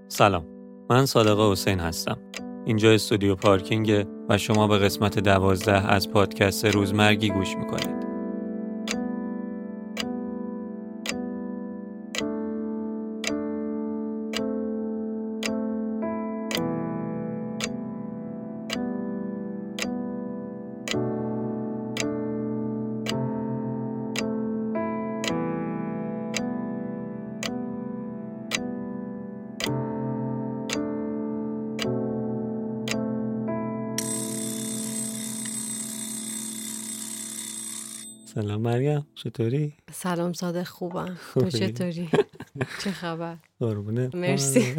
سلام، من صادق حسین هستم. اینجا استودیو پارکینگ و شما به قسمت 12 از پادکست روزمرگی گوش میکنید. سلام مریم، چطوری؟ سلام صادق، خوبم. تو چطوری؟ چه خبر؟ قربونه. مرسی.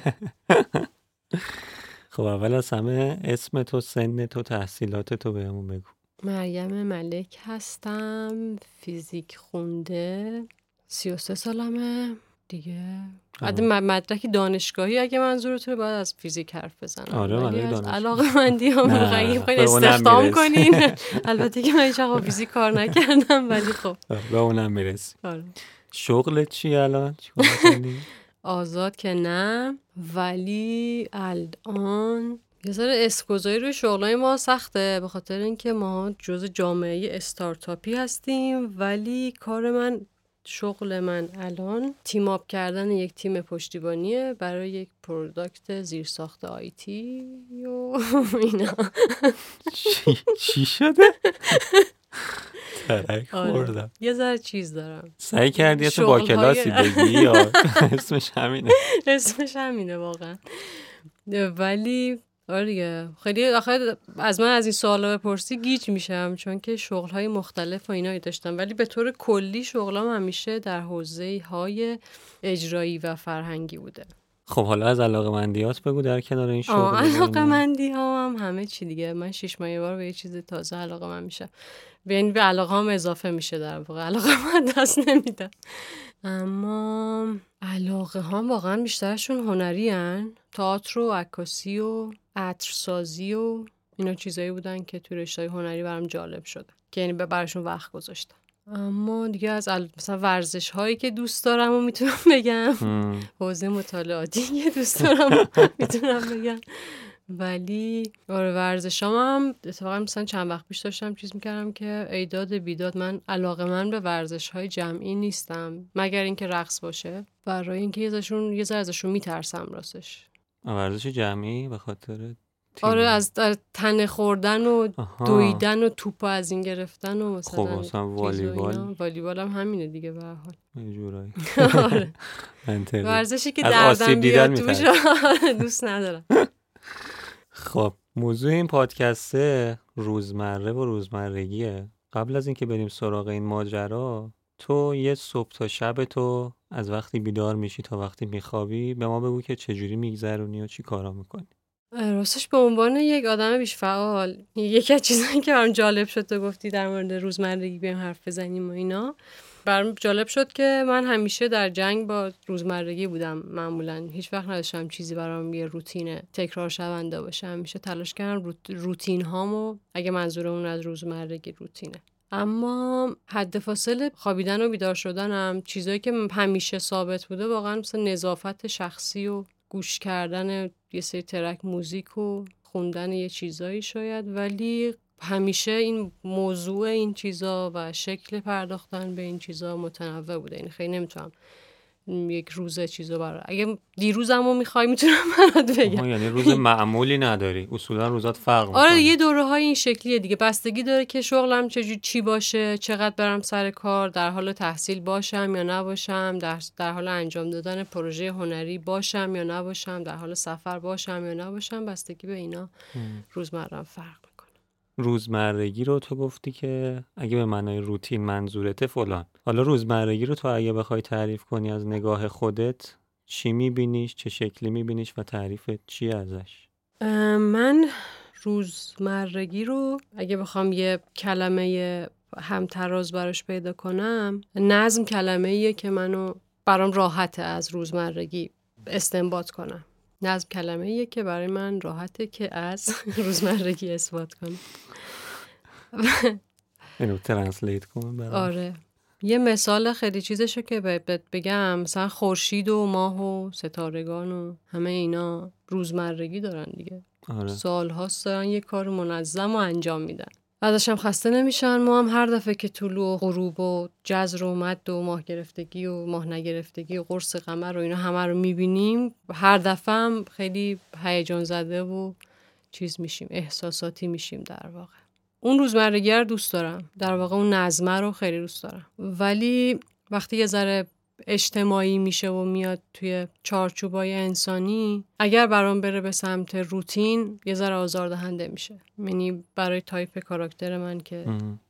خب اول از همه اسم تو، سن تو، تحصیلات تو بهمون بگو. مریم ملک هستم، فیزیک خونده، 33 سالمه دیگه. بعد مدرک دانشگاهی اگه منظورتونه باید از فیزیک حرف بزنم. آره، ولی مدرک از دانشگاهی. علاقه مندی هم میخواین استخدام کنین. البته که من هیچ وقت فیزیک کار نکردم ولی خب به اونم میرسی. آره. شغلت چی الان؟ چیکار می‌کنی؟ آزاد که نه، ولی الان یه ذره اسم‌گذاری روی شغلای ما سخته، به خاطر اینکه ما جزء جامعه استارتاپی هستیم. ولی شغل من الان تیم آپ کردن یک تیم پشتیبانیه برای یک پروداکت زیرساخت آیتی و اینا. چی شده؟ ترک خوردم. یه ذره چیز دارم. سعی کردی اسم با کلاسی بگی یا اسمش همینه؟ اسمش همینه واقعا. ولی آره خیلی آخر از من از این سوالا بپرسی گیج میشم، چون که شغل‌های مختلف و اینایی داشتم، ولی به طور کلی شغلام همیشه در حوزه‌های اجرایی و فرهنگی بوده. خب حالا از علاقه‌مندیات بگو در کنار این شغل. علاقه‌مندی‌هام همه چی دیگه. من 6 ماه یه بار به یه چیز تازه علاقه‌مند میشم. یعنی به علاقه‌ام اضافه میشه، در واقع علاقه‌ام دست نمیدم. اما علاقه‌هام واقعا بیشترشون هنری ان. تئاتر و عکاسی و عطرسازی و اینا چیزایی بودن که توی رشته‌های هنری برام جالب شده، که یعنی براشون وقت گذاشتم. اما دیگه از مثلا ورزش هایی که دوست دارم و میتونم بگم، حوزه مطالعاتی که دوست دارم میتونم بگم. ولی ورزشام هم اتفاقا مثلا چند وقت پیش داشتم چیز میکردم که ایداد بیداد من علاقه‌مند به ورزش‌های جمعی نیستم، مگر اینکه رقص باشه، برای اینکه یه ذره ازشون میترسم راستش. ورزش جمعی به خاطر آره، از تنه خوردن و دویدن و توپ از این گرفتن و مثلا خب مثلا والیبال هم همینه دیگه به هر حال. یه جورایی. آره. ورزشی که دردم بیاد توش دوست ندارم. خب موضوع این پادکسته روزمره و روزمرگیه. قبل از اینکه بریم سراغ این ماجرا، تو یه صبح تا شب تو از وقتی بیدار میشی تا وقتی میخوابی به ما بگو که چجوری میگذرونی و چی کارا میکنی. راستش به عنوان یک آدم بیش فعال، یکی از چیزایی که برام جالب شد تو گفتی در مورد روزمرگی بیایم حرف بزنیم و اینا، برام جالب شد که من همیشه در جنگ با روزمرگی بودم. معمولا هیچ وقت نداشتم چیزی برام یه روتین تکرار شونده باشه. همیشه تلاش کردم روتین هامو، اگه منظورمون از روزمرگی روتینه، اما حد فاصله خوابیدن و بیدار شدنم، چیزایی که همیشه ثابت بوده واقعا مثلا نظافت شخصی و گوش کردن یه سری ترک موزیک و خوندن یه چیزایی شاید. ولی همیشه این موضوع این چیزا و شکل پرداختن به این چیزا متنوع بوده. این خیلی نمیتونم یک روز چیزا برای اگه دیروزمو میخوای میتونم برات بگم. یعنی روز معمولی نداری، اصولا روزات فرق میکنه. آره، یه دوره‌های این شکلیه دیگه، بستگی داره که شغلم چی باشه، چقدر برم سر کار، در حال تحصیل باشم یا نباشم، در حال انجام دادن پروژه هنری باشم یا نباشم، در حال سفر باشم یا نباشم. بستگی به اینا روزمره‌ام فرق میکنه. روزمرگی رو تو گفتی که اگه به معنای روتین منظورته فلان. حالا روزمرگی رو تو اگه بخوای تعریف کنی از نگاه خودت، چی میبینیش، چه شکلی میبینیش و تعریفت چی ازش؟ من روزمرگی رو اگه بخوام یه کلمه همتراز براش پیدا کنم، نظم کلمه‌ایه که برام راحته از روزمرگی استنباط کنم. نظم کلمه‌ایه که برای من راحته که از روزمرگی اثبات کنم. اینو ترنسلیت کنم برام. آره، یه مثال خیلی چیزشو که بگم، مثلا خورشید و ماه و ستارگان و همه اینا روزمرگی دارن دیگه. آره. سال‌هاست دارن یه کار منظم و انجام میدن. ازش هم خسته نمیشن. ما هم هر دفعه که طلوع و غروب و جزر و مد و ماه گرفتگی و ماه نگرفتگی و قرص قمر و اینا همه رو میبینیم، هر دفعه هم خیلی هیجان زده و چیز میشیم، احساساتی میشیم در واقع. اون روزمرگی رو دوست دارم، در واقع اون نظمه رو خیلی دوست دارم، ولی وقتی یه ذره اجتماعی میشه و میاد توی چارچوبای انسانی، اگر برام بره به سمت روتین یه ذره آزاردهنده میشه. یعنی برای تایپ کاراکتر من که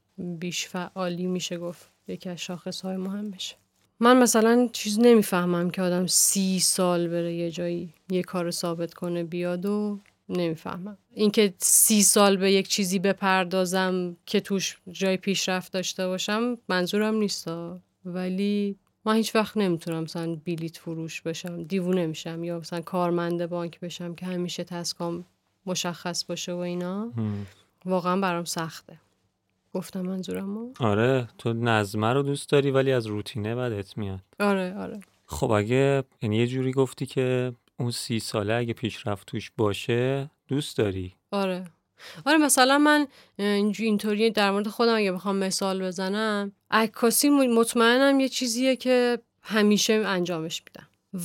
بیش فعالی میشه گفت یکی از شاخصهای مهمشه. من مثلا چیز نمیفهمم که آدم 30 سال بره یه جایی یه کار ثابت کنه بیاد و نمیفهمم. اینکه 30 سال به یک چیزی بپردازم که توش جای پیشرفت داشته باشم منظورم نیستا، ولی من هیچ وقت نمیتونم مثلا بلیت فروش بشم، دیوونه میشم، یا مثلا کارمند بانک بشم که همیشه تسکام مشخص باشه و اینا. واقعا برام سخته. گفتم منظورمو؟ آره، تو نظمه رو دوست داری ولی از روتینه بدت میاد. آره. خب اگه یعنی یه جوری گفتی که اون 30 ساله اگه پیشرفت توش باشه دوست داری. آره مثلا من اینطوری در مورد خودم اگه بخوام مثال بزنم، عکاسی مطمئنم یه چیزیه که همیشه انجامش میدم،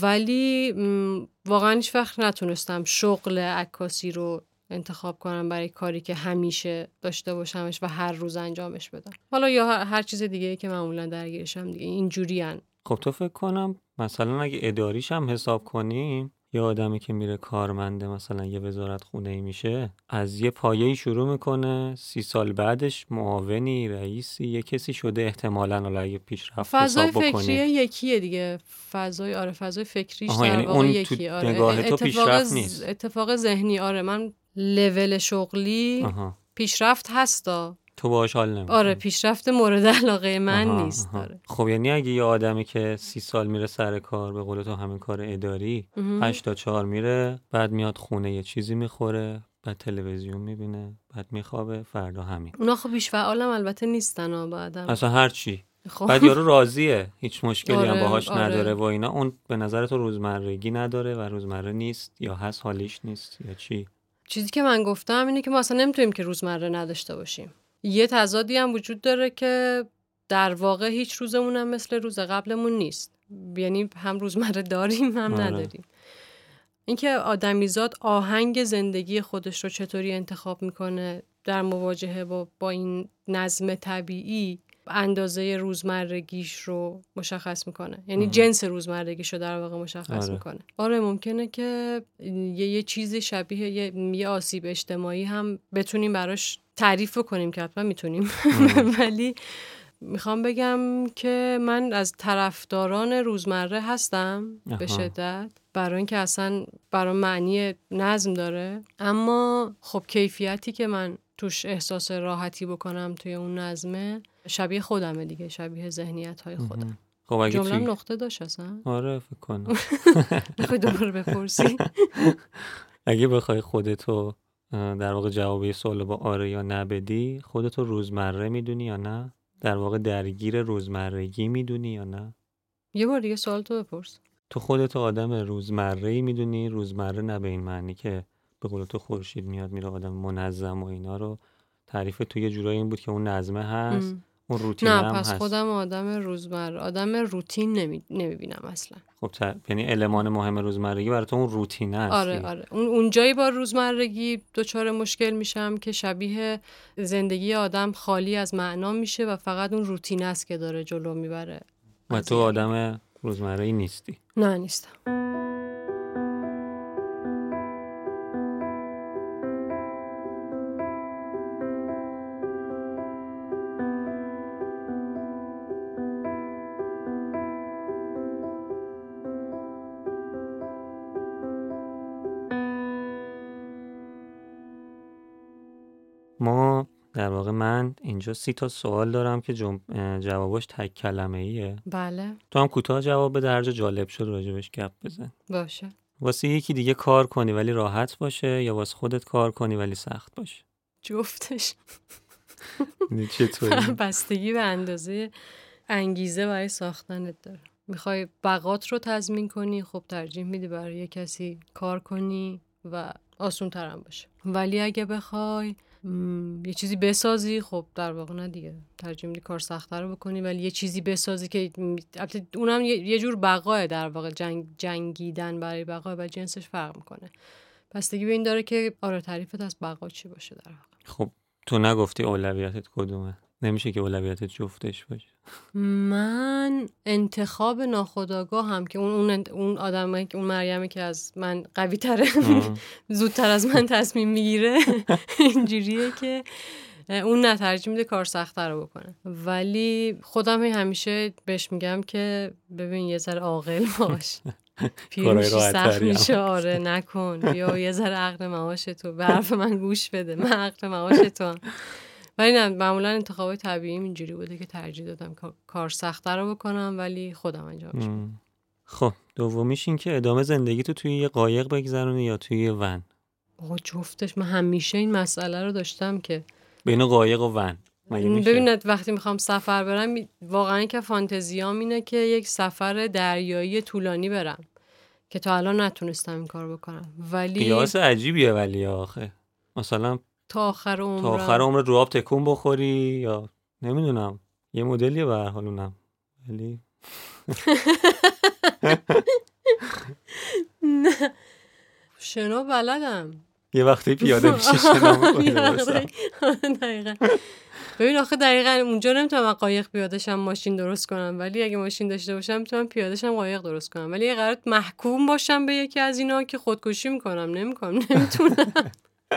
ولی واقعا هیچ وقت نتونستم شغل عکاسی رو انتخاب کنم برای کاری که همیشه داشته باشمش و هر روز انجامش بدم. حالا یا هر چیز دیگه که معمولا درگیرشم دیگه اینجوریان. خب تو فکر کنم مثلا اگه اداریش هم حساب کنیم، یه آدمی که میره کارمنده مثلا یه وزارت خونه‌ای میشه، از یه پایه‌ای شروع میکنه، 30 سال بعدش معاونی، رئیسی، یه کسی شده احتمالاً. حالا اگه پیشرفت حساب بکنی فضای فکری یکیه دیگه. فضای فکریش در یعنی واقع اون یکیه. تو نگاه تو پیشرفت نیست. اتفاق ذهنی. من لول شغلی پیشرفت هستا، تو باهاش حال نمی‌کنی. آره پیشرفت مورد علاقه من نیست. داره. خب یعنی اگه یه آدمی که 30 سال میره سر کار، به قول تو همین کار اداری، 8 تا 4 میره، بعد میاد خونه یه چیزی میخوره، بعد تلویزیون میبینه، بعد میخوابه، فردا همین. اونا خب بیش فعالم البته نیستن بعدم. اصلا هر چی. خب. بعد یارو راضیه، هیچ مشکلی هم باهاش نداره و اینا. اون به نظر تو روزمرگی نداره و روزمره نیست، یا هست حالیش نیست، یا چی؟ چیزی که من گفتم اینه که ما اصلا نمیتونیم که روزمره نداشته باشیم. یه تضادی هم وجود داره که در واقع هیچ روزمون هم مثل روز قبلمون نیست. یعنی هم روزمره داریم هم نداریم. اینکه آدمیزاد آهنگ زندگی خودش رو چطوری انتخاب میکنه در مواجهه با این نظم طبیعی، اندازه روزمرگیش رو مشخص میکنه. یعنی جنس روزمرگیش رو در واقع مشخص میکنه. آره ممکنه که یه چیزی شبیه یه آسیب اجتماعی هم بتونیم براش تعریف کنیم که حتما میتونیم ولی میخوام بگم که من از طرفداران روزمره هستم به شدت، برای اینکه اصلا برای معنی نظم داره، اما خب کیفیتی که من توش احساس راحتی بکنم توی اون نظمه شبیه خودمه دیگه، شبیه ذهنیت‌های خودم. خب اگه جمله‌م نقطه داشت اصلا؟ آره فکر کنم. نخوای دوباره بپرسی؟ اگه بخوای خودتو در واقع جواب سوال با آره یا نه بدی، خودتو روزمره میدونی یا نه؟ در واقع درگیر روزمرگی میدونی یا نه؟ یه بار دیگه سوال تو بپرس. تو خودتو آدم روزمره‌ای میدونی؟ روزمره نه به این معنی که به قول تو خورشید میاد میره، آدم منظم و اینا رو تعریف تو یه جورایی این بود که اون نظمه هست، اون روتین هم هست. نه پس خودم آدم روزمره، آدم روتین نمیبینم اصلا. خب یعنی المان مهم روزمرگی برای تو اون روتینه هست. آره اونجایی با روزمرگی دچار مشکل میشم که شبیه زندگی آدم خالی از معنا میشه و فقط اون روتین است که داره جلو میبره. و تو آدم روزمره‌ای نیستی؟ نه نیستم. ما در واقع من اینجا 30 تا سوال دارم که جواباش تک کلمه ایه. بله. تو هم کوتاه جواب بده، هر جا جالب شد راجبش گپ بزن. باشه. واسه یکی دیگه کار کنی ولی راحت باشه، یا واسه خودت کار کنی ولی سخت باشه؟ جفتش. چطوری؟ بستگی به اندازه انگیزه برای ساختنت داره. میخوای بقات رو تضمین کنی، خب ترجیح میدی برای یه کسی کار کنی و آسون ترم باشه. ولی اگه بخوای یه چیزی بسازی، خب در واقع نه دیگه، ترجیح میدی کار سخت‌تر رو بکنی ولی یه چیزی بسازی که اونم یه جور بقاه، در واقع جنگیدن برای بقا و جنسش فرق میکنه. پس دیگه به این داره که آره تعریفت از بقا چی باشه در واقع. خب تو نگفتی اولویتت کدومه؟ نمیشه که اولویتت جفتش باشه. من انتخاب ناخودآگاه هم که اون آدمه که اون مریمه که از من قوی تره زودتر از من تصمیم میگیره اینجوریه که اون نترجیح میده کار سخت‌تر رو بکنه. ولی خودم همیشه بهش میگم که ببین یه ذره عاقل باش، پیر میشی سخت میشه، آره نکن، بیا یه ذره عقل معاش تو به حرف من گوش بده، من عقل معاش تو. ولی نه، معمولا انتخابای طبیعیم اینجوری بوده که ترجیح دادم کار سخت‌تر رو بکنم ولی خودم انجامش بدم. خب دومیش این که ادامه زندگی تو توی یه قایق بگذرونی یا توی یه ون؟ آقا جفتش، من همیشه این مسئله رو داشتم که بین قایق و ون مگه میشه؟ ببینید وقتی میخوام سفر برم واقعا که فانتزیام اینه که یک سفر دریایی طولانی برم که تا الان نتونستم این کار بکنم. ولی قیاس عجیبیه ولی آخه مثلا تا آخر عمر رو آب تکون بخوری یا نمیدونم یه مدلیه به هر حال اونم. ولی نه شنا بلدم، یه وقتی پیاده میشه شنا میکنی. دقیقا. ببین آخه دقیقا اونجا نمیتونم قایق پیاده‌شم ماشین درست کنم، ولی اگه ماشین داشته باشم میتونم پیاده‌شم قایق درست کنم. ولی یه قرار محکوم باشم به یکی از اینا که خودکشی میکنم نمیتونم.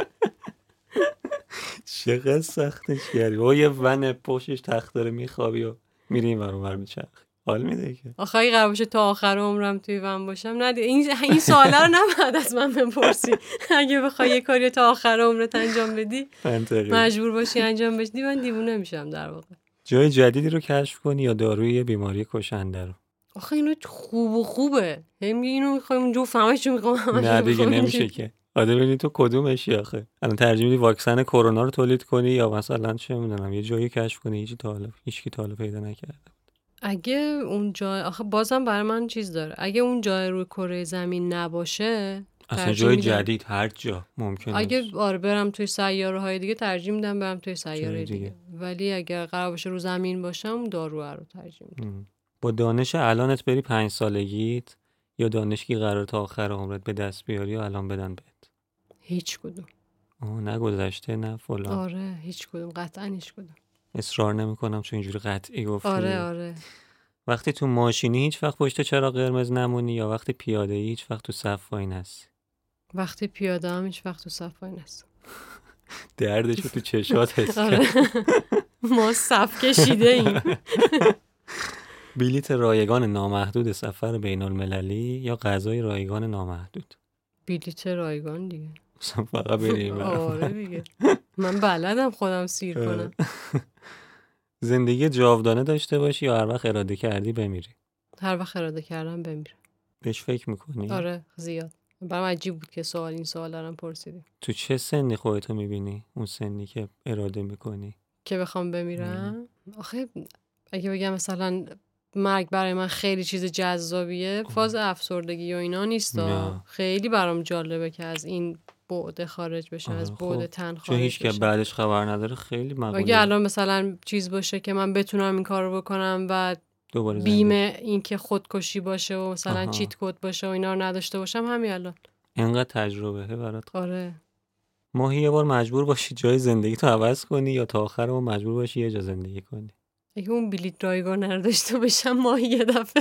چقدر سختش کردی و یه ون پشتش تخت داره میخوابی و میری این ور اونور میچرخی، حال میده که آخه اگه قرار باشه تا آخر عمرم توی ون باشم نه این سوالا رو نباید از من بپرسی. اگه بخوای یه کاری تا آخر عمرت انجام بدی مجبور باشی انجام بدی، من دیوونه میشم در واقع. جای جدیدی رو کشف کنی یا داروی یه بیماری کشنده رو؟ آخه اینو خوبه اینو میخوایم اونجا فهمشو میخوام. نه دیگه نمیشه که آده ببینی تو کدومشی آخه. الان ترجیح میدی واکسن کرونا رو تولید کنی یا مثلا چه میدونم یه جایی کشف کنی هیچ کی تا حالا پیدا نکرده؟ اگه اون جای آخه بازم برای من چیز داره، اگه اون جای روی کره زمین نباشه اصلا جای جدید هر جا ممکنه. اگه برم توی سیاره‌های دیگه ترجیح میدم برم توی سیاره دیگه. ولی اگر قرار باشه رو زمین باشم دارو رو ترجیح میدم. با دانش الانت بری 5 سالگیت یا دانشی قرار تا آخر عمرت به دست بیاری و الان بدن بهت؟ هیچ کدوم. نه گذشته نه فلان. آره هیچ کدوم، قطعا هیچ کدوم. اصرار نمیکنم چون اینجوری قطعی گفتی. آره. وقتی تو ماشینی هیچ وقت پشت چراغ قرمز نمونی یا وقتی پیاده ای هیچ وقت تو صف وای نستی؟ وقتی پیاده هم هیچ وقت تو صف وای نستم. دردشو تو چشات حس آره. ما صف کشیده ایم. بلیت رایگان نامحدود سفر بین المللی یا غذای رایگان نامحدود؟ بلیت رایگان دیگه. فقط بریم. آره دیگه. من بلدم خودم سیر کنم. زندگی جاودانه داشته باشی یا هر وقت اراده کردی بمیری؟ هر وقت اراده کردم بمیرم. بهش فکر میکنی؟ آره زیاد. برام عجیب بود که این سوال دارم پرسیدی. تو چه سنی خودتو میبینی؟ اون سنی که اراده میکنی که بخوام بمیرم؟ آخه اگه بگم مثلا مرگ برای من خیلی چیز جذابیه، فاز افسردگی و اینا نیستا. خیلی برام جالبه که از این بعد خارج بشه، از بعد تن خارج بشه. چون هیچ که بعدش خبر نداره خیلی مقوله. اگه الان مثلا چیز باشه که من بتونم این کار رو بکنم و بیمه این که خودکشی باشه و مثلا چیت کد باشه و اینا رو نداشته باشم همین الان. اینقدر تجربه برات؟ آره. ماهی یه بار مجبور باشی جای زندگی تو عوض کنی یا تا آخر عمر مجبور باشی یه جا زندگی کنی؟ اگه اون بلیت رایگان نداشته باشم ماهی یه دفعه.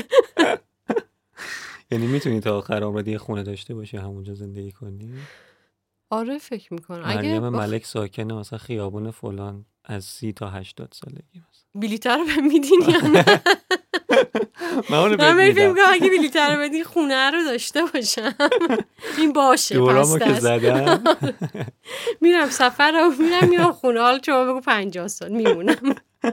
یعنی میتونی تا آخر عمرت یه خونه داشته باشی همونجا زندگی کنی؟ آره فکر میکنم. مریم ملک ساکنه مثلا خیابون فلان از 30 تا 80 سالگی مثلا. بلیت رو میدین یا نه؟ من فکر میکنم اگه بلیت رو بدین خونه رو داشته باشم این باشه. دورامو که زدم میرم سفر رو میرم یا خونه، حالا شما بگو 50 سال میمونم.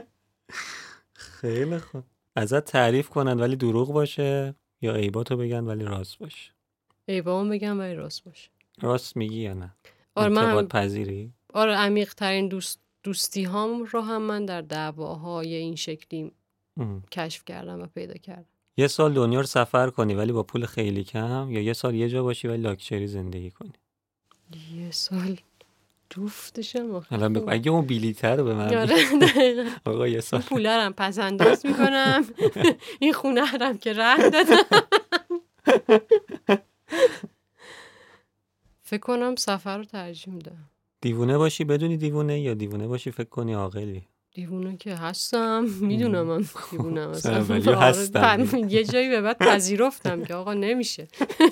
خیلی خوب. ازت تعریف کنن ولی دروغ باشه یا عیباتو بگن ولی راست باشه؟ عیبامو بگن ولی راست باشه. راست میگی یا نه؟ آره انتقاد پذیری؟ آره عمیق ترین دوستی هام رو هم من در دعواهای این شکلی کشف کردم و پیدا کردم. یه سال دنیا رو سفر کنی ولی با پول خیلی کم، یا یه سال یه جا باشی ولی لاکچری زندگی کنی؟ یه سال جفتشم الان بگو اگه اون بلیطه رو به من آقا یه سال پولا رو پس انداز میکنم این خونه هم که رهن دادم. فکر کنم سفر رو ترجیح میدم. دیوونه باشی بدونی دیوونه، یا دیوونه باشی فکر کنی عاقلی؟ دیوونه که هستم، میدونم من دیوونم ولی هستم. یه جایی به بعد پذیرفتم که آقا نمیشه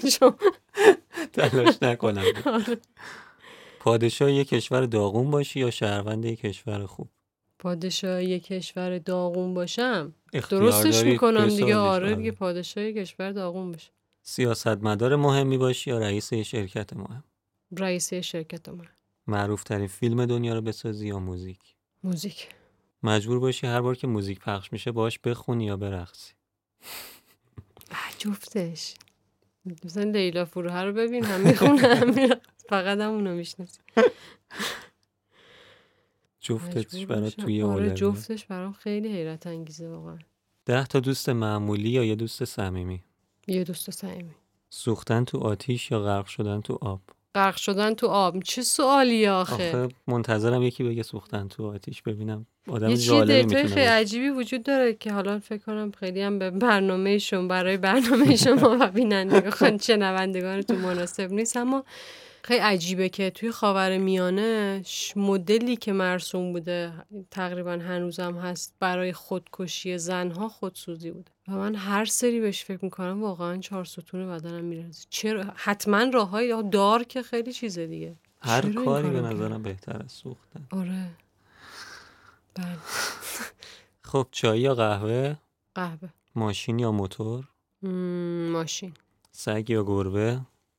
تلاش نکنم. پادشاه یک کشور داغون باشی یا شهروند یک کشور خوب؟ پادشاه یک کشور داغون باشم درستش میکنم دیگه. آره دیگه پادشاه یک کشور داغون باشه. سیاستمدار مهمی باشی یا رئیس شرکت مهم؟ رئیس شرکت مهم. معروف ترین فیلم دنیا رو بسازی یا موزیک؟ موزیک. مجبور باشی هر بار که موزیک پخش میشه باهاش بخونی یا برقصی؟ جفتش. مثلا لیلا فروها رو ببین هم میخونه هم میرقص، فقط هم اونو میشناسی. جفتش برات توی اولویت. آره جفتش برام خیلی حیرت انگیزه واقعا. 10 تا دوست معمولی یا یه دوست صمیمی؟ یه دوست صمیمی. سوختن تو آتیش یا غرق شدن تو آب؟ غرق شدن تو آب. چه سوالی آخه منتظرم یکی بگه سوختن تو آتیش، ببینم آدم جالبی جالبی میتونه. میتونه خیلی عجیبی وجود داره که حالا فکر کنم خیلی هم به برای برنامه شما و بینندگان شنوندگانتون مناسب نیست، اما خیلی عجیبه که توی خاورمیانه مدلی که مرسوم بوده تقریبا هنوزم هست برای خودکشی زنها خودسوزی بوده و من هر سری بهش فکر میکنم واقعا 4 ستون بدنم میرزه. چرا؟ حتما راههای دار که خیلی چیزه دیگه. هر کاری به نظرم بهتر از سوختن. آره بله. خب چای یا قهوه؟ قهوه. ماشین یا موتور؟ ماشین. سگ یا گربه؟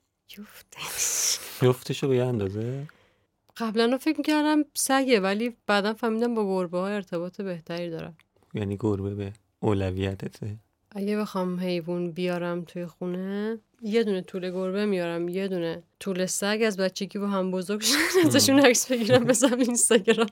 جفتشو به یه اندازه؟ قبلا فکر میکردم سگه ولی بعدا فهمیدم با گربه ها ارتباط بهتری دارم. یعنی گربه به اولویتته؟ اگه بخوام حیوان بیارم توی خونه یه دونه توله گربه میارم، یه دونه توله سگ. از بچگی با هم بزرگ شدن ازشون عکس بگیرم بذارم اینستاگرام.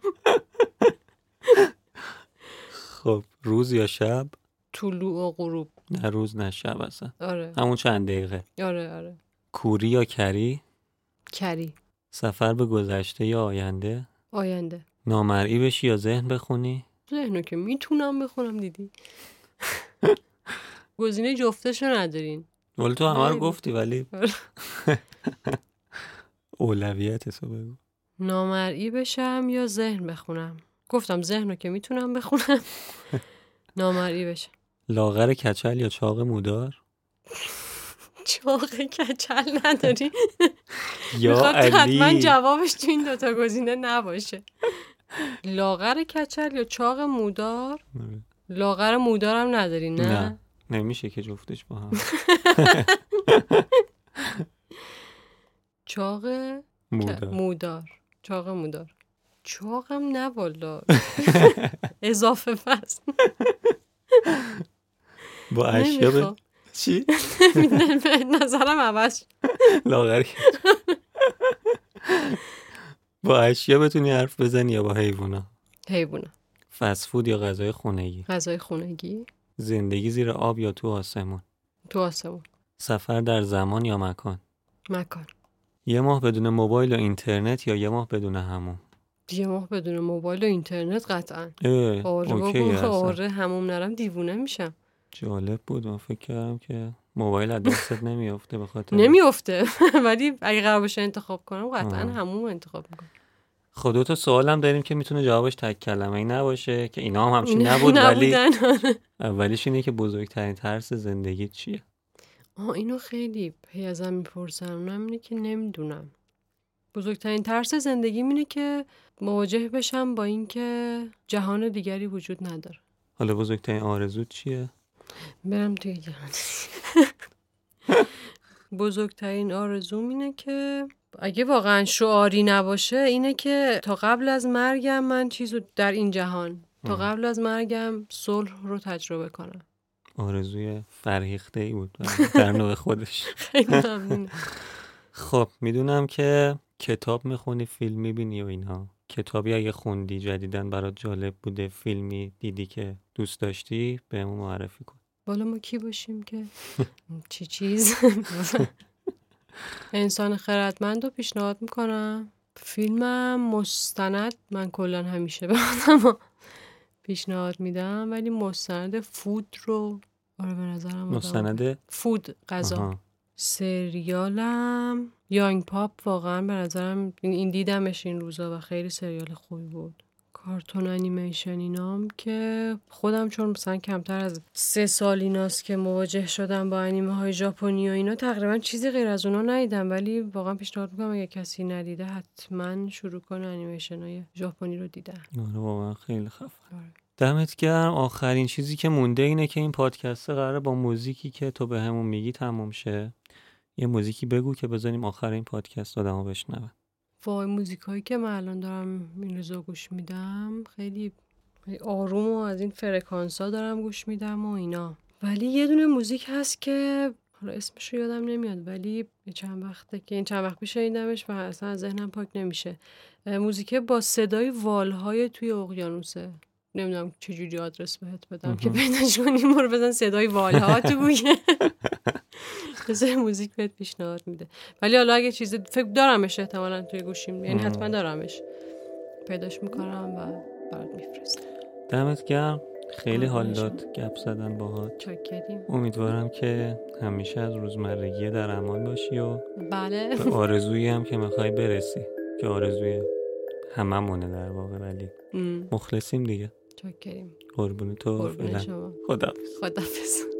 خب روز یا شب؟ طلوع و غروب. نه روز نه شب اصلا. آره. همون چند دقیقه. آره. کوری یا کری؟ کری. سفر به گذشته یا آینده؟ آینده. نامرئی بشی یا ذهن بخونی؟ ذهنو که میتونم بخونم دیدی. گزینه جفتشو ندارین. ولی تو همه رو گفتی ولی اولویتشو بگو. نامرئی بشم یا ذهن بخونم؟ گفتم ذهنو که میتونم بخونم. نامرئی بشم. لاغر کچل یا چاق مودار؟ چاق کچل نداری؟ یا علی حتما جوابش تو این دوتا گزینه نباشه. لاغر کچل یا چاق مودار؟ لاغر مودارم نداری نه؟ نمیشه که جفتش با هم. چاق مودار. چاق مودار. چاقم نه والا. اضافه فصل. با اشیا چی؟ نظرم عوض. لاغری با اشیا بتونی حرف بزنی یا با حیوونا؟ حیوونا. فست فود یا غذای خونگی؟ غذای خونگی. زندگی زیر آب یا تو آسمون؟ تو آسمون. سفر در زمان یا مکان؟ مکان. یه ماه بدون موبایل و اینترنت یا یه ماه بدون هموم؟ یه ماه بدون موبایل و اینترنت قطعا. آره هموم نرم دیوونه میشم. جالب بود. من فکر کردم که موبایل از دستت نمیافته بخاطر نمیافته ولی اگه قرار باشه انتخاب کنم قطعا هموم انتخاب میکنم. خودت سوالم داریم که میتونه جوابش تک کلمه‌ای نباشه که اینا هم همچین نبود ولی اولیش اینه که بزرگترین ترس زندگی چیه؟ اینو خیلی ازم میپرسن. اونم اینه که نمیدونم. بزرگترین ترس زندگی اینه که مواجه بشم با این که جهان دیگری وجود نداره. حالا بزرگترین آرزوت چیه؟ برم توی جهان. بزرگترین آرزوم اینه که اگه واقعا شعاری نباشه اینه که تا قبل از مرگم من چیزو در این جهان تا قبل از مرگم صلح رو تجربه کنم. آرزوی فرهیخته‌ای بود در نوع خودش. خیلی ممنونم. خب میدونم که کتاب میخونی، فیلم میبینی و اینها. کتابی اگه خوندی جدیدن برات جالب بوده، فیلمی دیدی که دوست داشتی، بهمون معرفی کن. بالا ما کی باشیم که چی چیز انسان خردمند رو پیشنهاد میکنم. فیلمم مستند من کلا همیشه به آدم پیشنهاد میدم، ولی مستند فود رو آره به نظرم مستند فود غذا. سریالم یانگ پاپ واقعا به نظرم این دیدمش این روزا و خیلی سریال خوبی بود. کارتون انیمیشنی نام که خودم چون مثلا کمتر از 3 سال ایناست که مواجه شدم با انیمه های ژاپنی و اینا، تقریبا چیزی غیر از اونا ندیدم، ولی واقعا پیشنهاد میکنم اگه کسی ندیده حتما شروع کنه انیمیشن های ژاپنی رو دیدن. آره واقعا خیلی خفن. دمت گرم. آخرین چیزی که مونده اینه که این پادکست قراره با موزیکی که تو به همون میگی تموم شه. یه موزیکی بگو که بذاریم آخر این پادکست آدمو بشنون. وای موزیکایی که من الان دارم این روزا گوش میدم خیلی آروم و از این فرکانسا دارم گوش میدم و اینا، ولی یه دونه موزیک هست که حالا اسمش رو یادم نمیاد، ولی چند وقت پیش شنیدمش و اصلا از ذهنم پاک نمیشه. موزیک با صدای والهای توی اقیانوسه. نمیدونم چجوری آدرس بهت بدم که پیداش کنیم رو بزن صدای والها تو گوگل. بذار موزیک بهت پیشنهاد میده، ولی حالا اگه چیزی فکر دارمش احتمالاً توی گوشیم، یعنی حتما دارمش، پیداش میکنم و برات میفرستم. دمت گرم. خیلی حال داد گپ زدن باهات. چاکریم. امیدوارم که همیشه از روزمرگی در امان باشی و بله به آرزویی هم که میخوای برسی، که آرزوی هممونه در واقع، ولی مخلصیم دیگه. چاکریم. قربون تو. قربون شما. خداحافظ. خداحافظ.